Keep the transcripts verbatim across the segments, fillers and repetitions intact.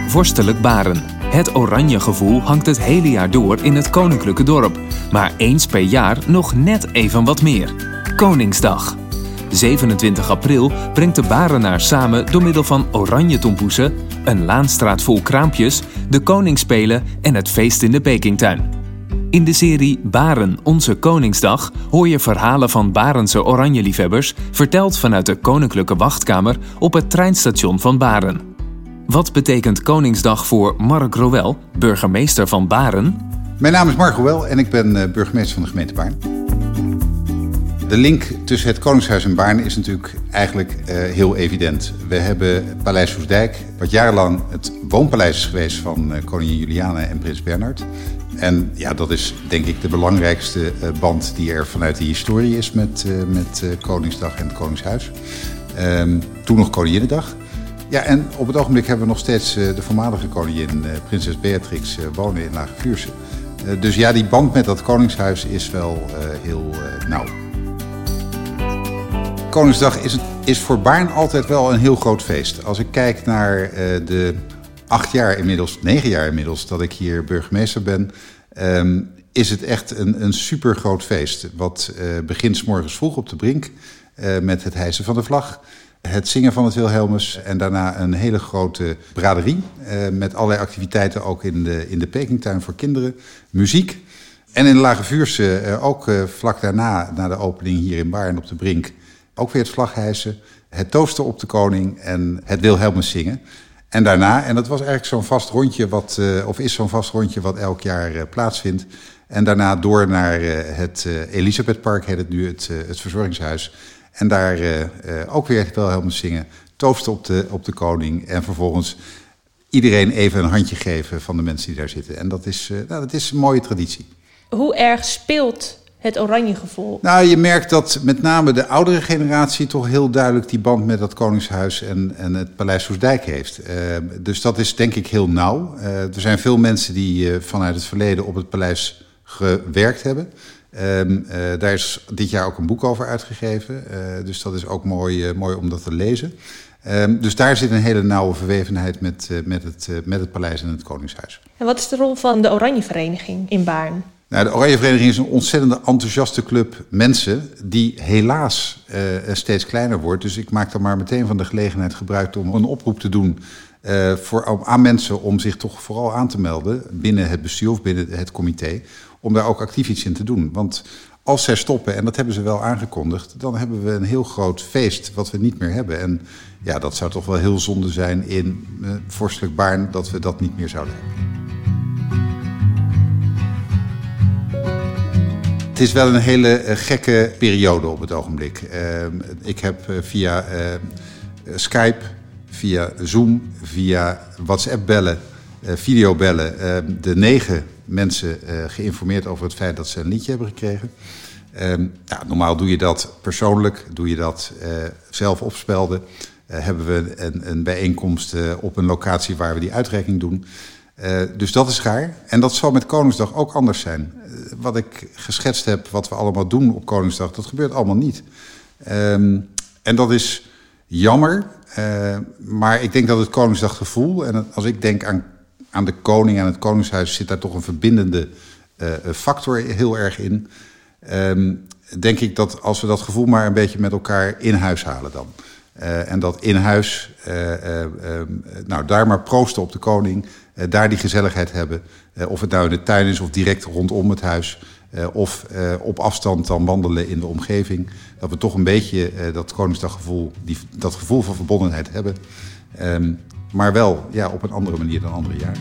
Vorstelijk Baren. Het oranje gevoel hangt het hele jaar door in het koninklijke dorp. Maar eens per jaar nog net even wat meer. Koningsdag. zevenentwintig april brengt de Barenaar samen door middel van oranje tompoesen, een laanstraat vol kraampjes, de koningsspelen en het feest in de Pekingtuin. In de serie Baren, onze Koningsdag hoor je verhalen van Barense oranjeliefhebbers, verteld vanuit de Koninklijke Wachtkamer op het treinstation van Baren. Wat betekent Koningsdag voor Mark Roel, burgemeester van Baren? Mijn naam is Mark Roel en ik ben burgemeester van de gemeente Baarn. De link tussen het Koningshuis en Baarn is natuurlijk eigenlijk uh, heel evident. We hebben Paleis Soestdijk, wat jarenlang het woonpaleis is geweest van uh, koningin Juliana en prins Bernhard. En ja, dat is denk ik de belangrijkste uh, band die er vanuit de historie is met, uh, met uh, Koningsdag en het Koningshuis. Um, toen nog Koninginnedag. Ja, en op het ogenblik hebben we nog steeds uh, de voormalige koningin, uh, prinses Beatrix, uh, wonen in Lage Vuursche. Uh, dus ja, die band met dat Koningshuis is wel uh, heel uh, nauw. Koningsdag is, is voor Baarn altijd wel een heel groot feest. Als ik kijk naar uh, de acht jaar inmiddels, negen jaar inmiddels, dat ik hier burgemeester ben, um, is het echt een, een super groot feest. Wat uh, begint 's morgens vroeg op de Brink uh, met het hijsen van de vlag, het zingen van het Wilhelmus en daarna een hele grote braderie uh, met allerlei activiteiten ook in de, in de Pekingtuin voor kinderen, muziek. En in de Lage Vuursche uh, ook uh, vlak daarna, na de opening hier in Baarn op de Brink, ook weer het vlaghijsen, het toosten op de koning en het Wilhelmus zingen. En daarna, en dat was eigenlijk zo'n vast rondje, wat, uh, of is zo'n vast rondje wat elk jaar uh, plaatsvindt. En daarna door naar uh, het uh, Elisabethpark, heet het nu, het, uh, het verzorgingshuis. En daar uh, uh, ook weer het Wilhelmus zingen, toosten op de, op de koning en vervolgens iedereen even een handje geven van de mensen die daar zitten. En dat is, uh, nou, dat is een mooie traditie. Hoe erg speelt het oranje gevoel? Nou, je merkt dat met name de oudere generatie toch heel duidelijk die band met dat Koningshuis en, en het Paleis Soestdijk heeft. Uh, dus dat is denk ik heel nauw. Uh, er zijn veel mensen die uh, vanuit het verleden op het paleis gewerkt hebben. Um, uh, daar is dit jaar ook een boek over uitgegeven. Uh, dus dat is ook mooi, uh, mooi om dat te lezen. Um, dus daar zit een hele nauwe verwevenheid met, uh, met, het, uh, met het paleis en het Koningshuis. En wat is de rol van de Oranjevereniging in Baarn? Nou, de Oranjevereniging is een ontzettend enthousiaste club mensen die helaas uh, steeds kleiner wordt. Dus ik maak dan maar meteen van de gelegenheid gebruik om een oproep te doen uh, voor, aan mensen om zich toch vooral aan te melden binnen het bestuur of binnen het comité, om daar ook actief iets in te doen. Want als zij stoppen, en dat hebben ze wel aangekondigd, dan hebben we een heel groot feest wat we niet meer hebben. En ja, dat zou toch wel heel zonde zijn in uh, vorstelijk Baarn dat we dat niet meer zouden hebben. Het is wel een hele uh, gekke periode op het ogenblik. Uh, ik heb uh, via uh, Skype, via Zoom, via WhatsApp bellen, uh, videobellen, uh, de negen mensen uh, geïnformeerd over het feit dat ze een liedje hebben gekregen. Uh, nou, normaal doe je dat persoonlijk, doe je dat uh, zelf opspelden. Uh, hebben we een, een bijeenkomst uh, op een locatie waar we die uitreiking doen. Uh, dus dat is raar. En dat zal met Koningsdag ook anders zijn. Uh, wat ik geschetst heb, wat we allemaal doen op Koningsdag, dat gebeurt allemaal niet. Um, en dat is jammer. Uh, maar ik denk dat het Koningsdaggevoel, en als ik denk aan, aan de koning en het Koningshuis, zit daar toch een verbindende uh, factor heel erg in. Um, denk ik dat als we dat gevoel maar een beetje met elkaar in huis halen dan. Uh, en dat in huis, uh, uh, uh, nou daar maar proosten op de koning, uh, daar die gezelligheid hebben. Uh, of het nou in de tuin is of direct rondom het huis. Uh, of uh, op afstand dan wandelen in de omgeving. Dat we toch een beetje uh, dat Koningsdaggevoel, die, dat gevoel van verbondenheid hebben. Um, maar wel ja, op een andere manier dan andere jaren.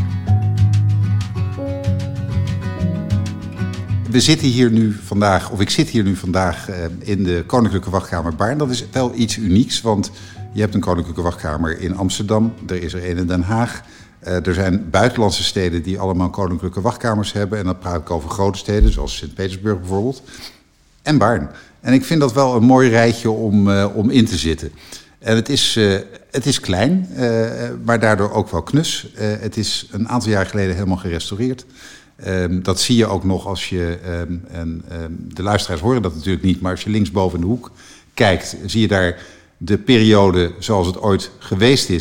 We zitten hier nu vandaag, of ik zit hier nu vandaag uh, in de Koninklijke Wachtkamer Baarn. Dat is wel iets unieks, want je hebt een Koninklijke Wachtkamer in Amsterdam. Er is er een in Den Haag. Uh, er zijn buitenlandse steden die allemaal Koninklijke Wachtkamers hebben. En dan praat ik over grote steden, zoals Sint-Petersburg bijvoorbeeld. En Baarn. En ik vind dat wel een mooi rijtje om, uh, om in te zitten. En het is, uh, het is klein, uh, maar daardoor ook wel knus. Uh, het is een aantal jaar geleden helemaal gerestaureerd. Um, dat zie je ook nog als je, um, en, um, de luisteraars horen dat natuurlijk niet, maar als je linksboven in de hoek kijkt, zie je daar de periode zoals het ooit geweest is,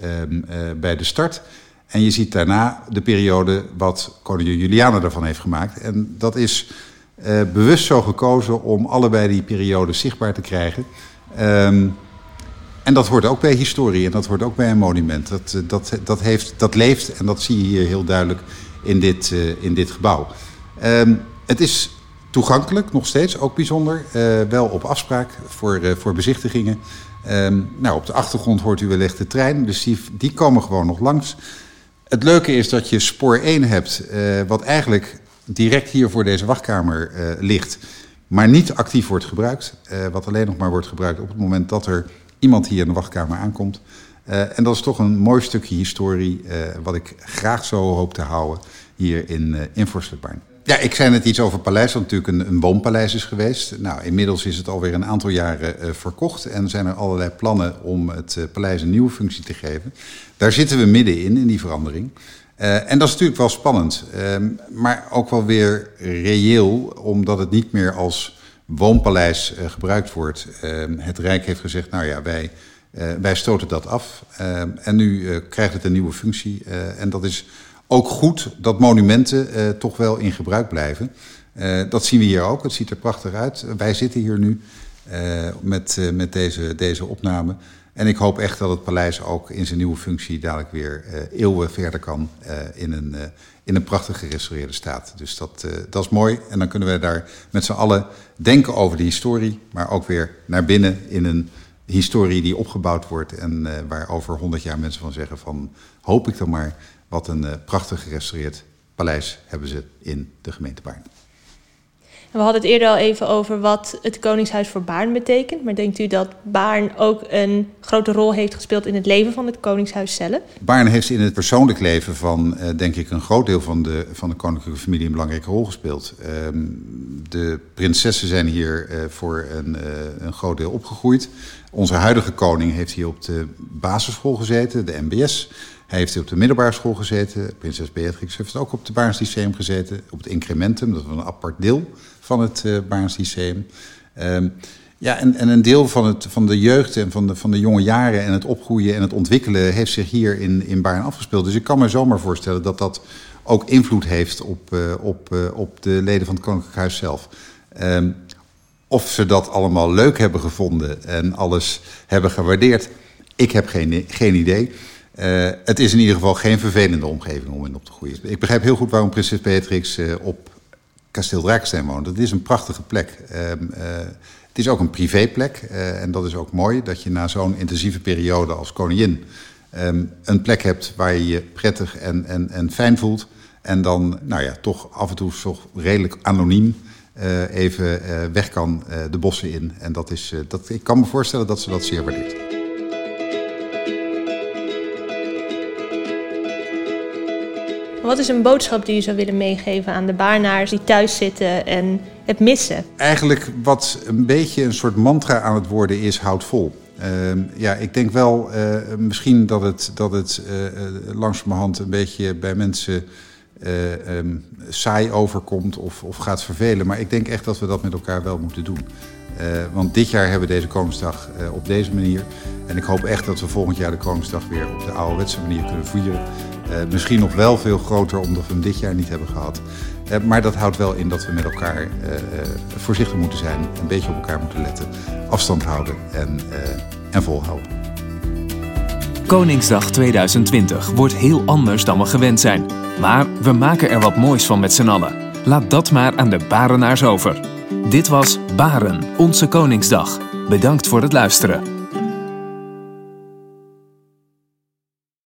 uh, uh, bij de start. En je ziet daarna de periode wat koningin Juliana daarvan heeft gemaakt. En dat is uh, bewust zo gekozen om allebei die periodes zichtbaar te krijgen. Um, en dat hoort ook bij historie en dat hoort ook bij een monument. Dat, dat, dat, heeft, dat leeft en dat zie je hier heel duidelijk in dit, uh, in dit gebouw. Um, het is toegankelijk, nog steeds, ook bijzonder. Uh, wel op afspraak voor, uh, voor bezichtigingen. Um, nou, op de achtergrond hoort u wellicht de trein, dus die, die komen gewoon nog langs. Het leuke is dat je spoor één hebt, uh, wat eigenlijk direct hier voor deze wachtkamer uh, ligt, maar niet actief wordt gebruikt. Uh, wat alleen nog maar wordt gebruikt op het moment dat er iemand hier in de wachtkamer aankomt. Uh, en dat is toch een mooi stukje historie, uh, wat ik graag zo hoop te houden hier in, uh, in Vorstelijkbaarn. Ja, ik zei net iets over het paleis, dat natuurlijk een, een woonpaleis is geweest. Nou, inmiddels is het alweer een aantal jaren uh, verkocht en zijn er allerlei plannen om het uh, paleis een nieuwe functie te geven. Daar zitten we middenin, in die verandering. Uh, en dat is natuurlijk wel spannend, uh, maar ook wel weer reëel, omdat het niet meer als woonpaleis uh, gebruikt wordt. Uh, het Rijk heeft gezegd, nou ja, wij, uh, wij stoten dat af. Uh, en nu uh, krijgt het een nieuwe functie. Uh, en dat is ook goed dat monumenten uh, toch wel in gebruik blijven. Uh, dat zien we hier ook, het ziet er prachtig uit. Wij zitten hier nu uh, met, uh, met deze, deze opname. En ik hoop echt dat het paleis ook in zijn nieuwe functie dadelijk weer uh, eeuwen verder kan uh, in, een, uh, in een prachtig gerestaureerde staat. Dus dat, uh, dat is mooi. En dan kunnen we daar met z'n allen denken over de historie, maar ook weer naar binnen in een historie die opgebouwd wordt en uh, waar over honderd jaar mensen van zeggen van, hoop ik dan maar, wat een uh, prachtig gerestaureerd paleis hebben ze in de gemeente Baarn. We hadden het eerder al even over wat het Koningshuis voor Baarn betekent. Maar denkt u dat Baarn ook een grote rol heeft gespeeld in het leven van het Koningshuis zelf? Baarn heeft in het persoonlijk leven van, uh, denk ik, een groot deel van de, van de koninklijke familie een belangrijke rol gespeeld. Um, de prinsessen zijn hier uh, voor een, uh, een groot deel opgegroeid. Onze huidige koning heeft hier op de basisschool gezeten, de M B S. Hij heeft op de middelbare school gezeten. Prinses Beatrix heeft ook op het Baarns Lyceum gezeten. Op het Incrementum, dat is een apart deel van het uh, Baarns Lyceum. Um, ja, en, en een deel van, het, van de jeugd en van de, van de jonge jaren en het opgroeien en het ontwikkelen heeft zich hier in, in Baarn afgespeeld. Dus ik kan me zomaar voorstellen dat dat ook invloed heeft op, uh, op, uh, op de leden van het Koninklijk Huis zelf. Um, of ze dat allemaal leuk hebben gevonden en alles hebben gewaardeerd, ik heb geen, geen idee. Uh, het is in ieder geval geen vervelende omgeving om in op te groeien. Ik begrijp heel goed waarom prinses Beatrix uh, op Kasteel Drakestein woont. Het is een prachtige plek. Uh, uh, het is ook een privéplek. Uh, en dat is ook mooi dat je na zo'n intensieve periode als koningin um, een plek hebt waar je je prettig en, en, en fijn voelt. En dan nou ja, toch af en toe toch redelijk anoniem uh, even uh, weg kan uh, de bossen in. En dat is, uh, dat, ik kan me voorstellen dat ze dat zeer waardeert. Wat is een boodschap die u zou willen meegeven aan de Baarnaars die thuis zitten en het missen? Eigenlijk wat een beetje een soort mantra aan het worden is, houd vol. Uh, ja, ik denk wel uh, misschien dat het, dat het uh, langzamerhand een beetje bij mensen uh, um, saai overkomt of, of gaat vervelen. Maar ik denk echt dat we dat met elkaar wel moeten doen. Uh, want dit jaar hebben we deze Koningsdag uh, op deze manier. En ik hoop echt dat we volgend jaar de Koningsdag weer op de ouderwetse manier kunnen vieren. Uh, misschien nog wel veel groter, omdat we hem dit jaar niet hebben gehad. Uh, maar dat houdt wel in dat we met elkaar uh, uh, voorzichtig moeten zijn. Een beetje op elkaar moeten letten. Afstand houden en, uh, en volhouden. Koningsdag tweeduizend twintig wordt heel anders dan we gewend zijn. Maar we maken er wat moois van met z'n allen. Laat dat maar aan de Barenaars over. Dit was Baren, onze Koningsdag. Bedankt voor het luisteren.